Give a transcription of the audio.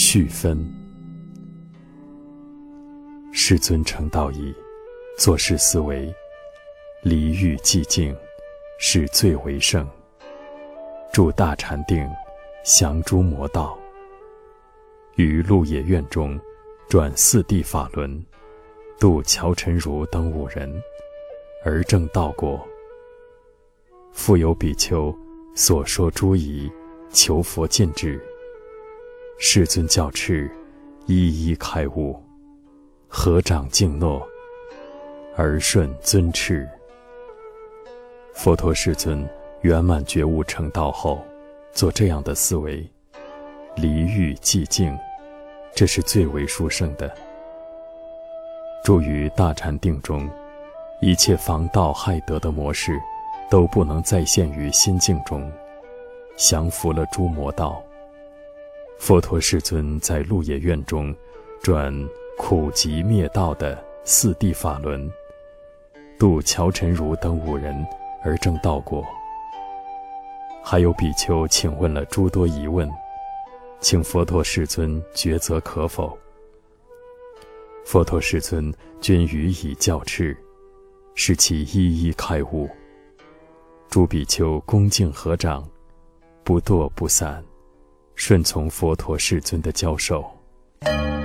续分。世尊成道义，做事思维，离欲寂静，是最为胜。住大禅定，降诸魔道。于鹿野苑中，转四谛法轮，度乔陈如等5人，而证道果。复有比丘所说诸疑，求佛见智。世尊教敕，一一开悟，合掌敬诺，而顺尊敕。佛陀世尊圆满觉悟成道后，做这样的思维：离欲寂静，这是最为殊胜的。住于大禅定中，一切防道害德的模式都不能再现于心境中，降服了诸魔道。佛陀世尊在鹿野苑中转苦集灭道的四谛法轮，度乔陈如等5人而证道果。还有比丘请问了诸多疑问，请佛陀世尊抉择可否。佛陀世尊均予以教敕，使其一一开悟。诸比丘恭敬合掌，不堕不散，顺从佛陀世尊的教授。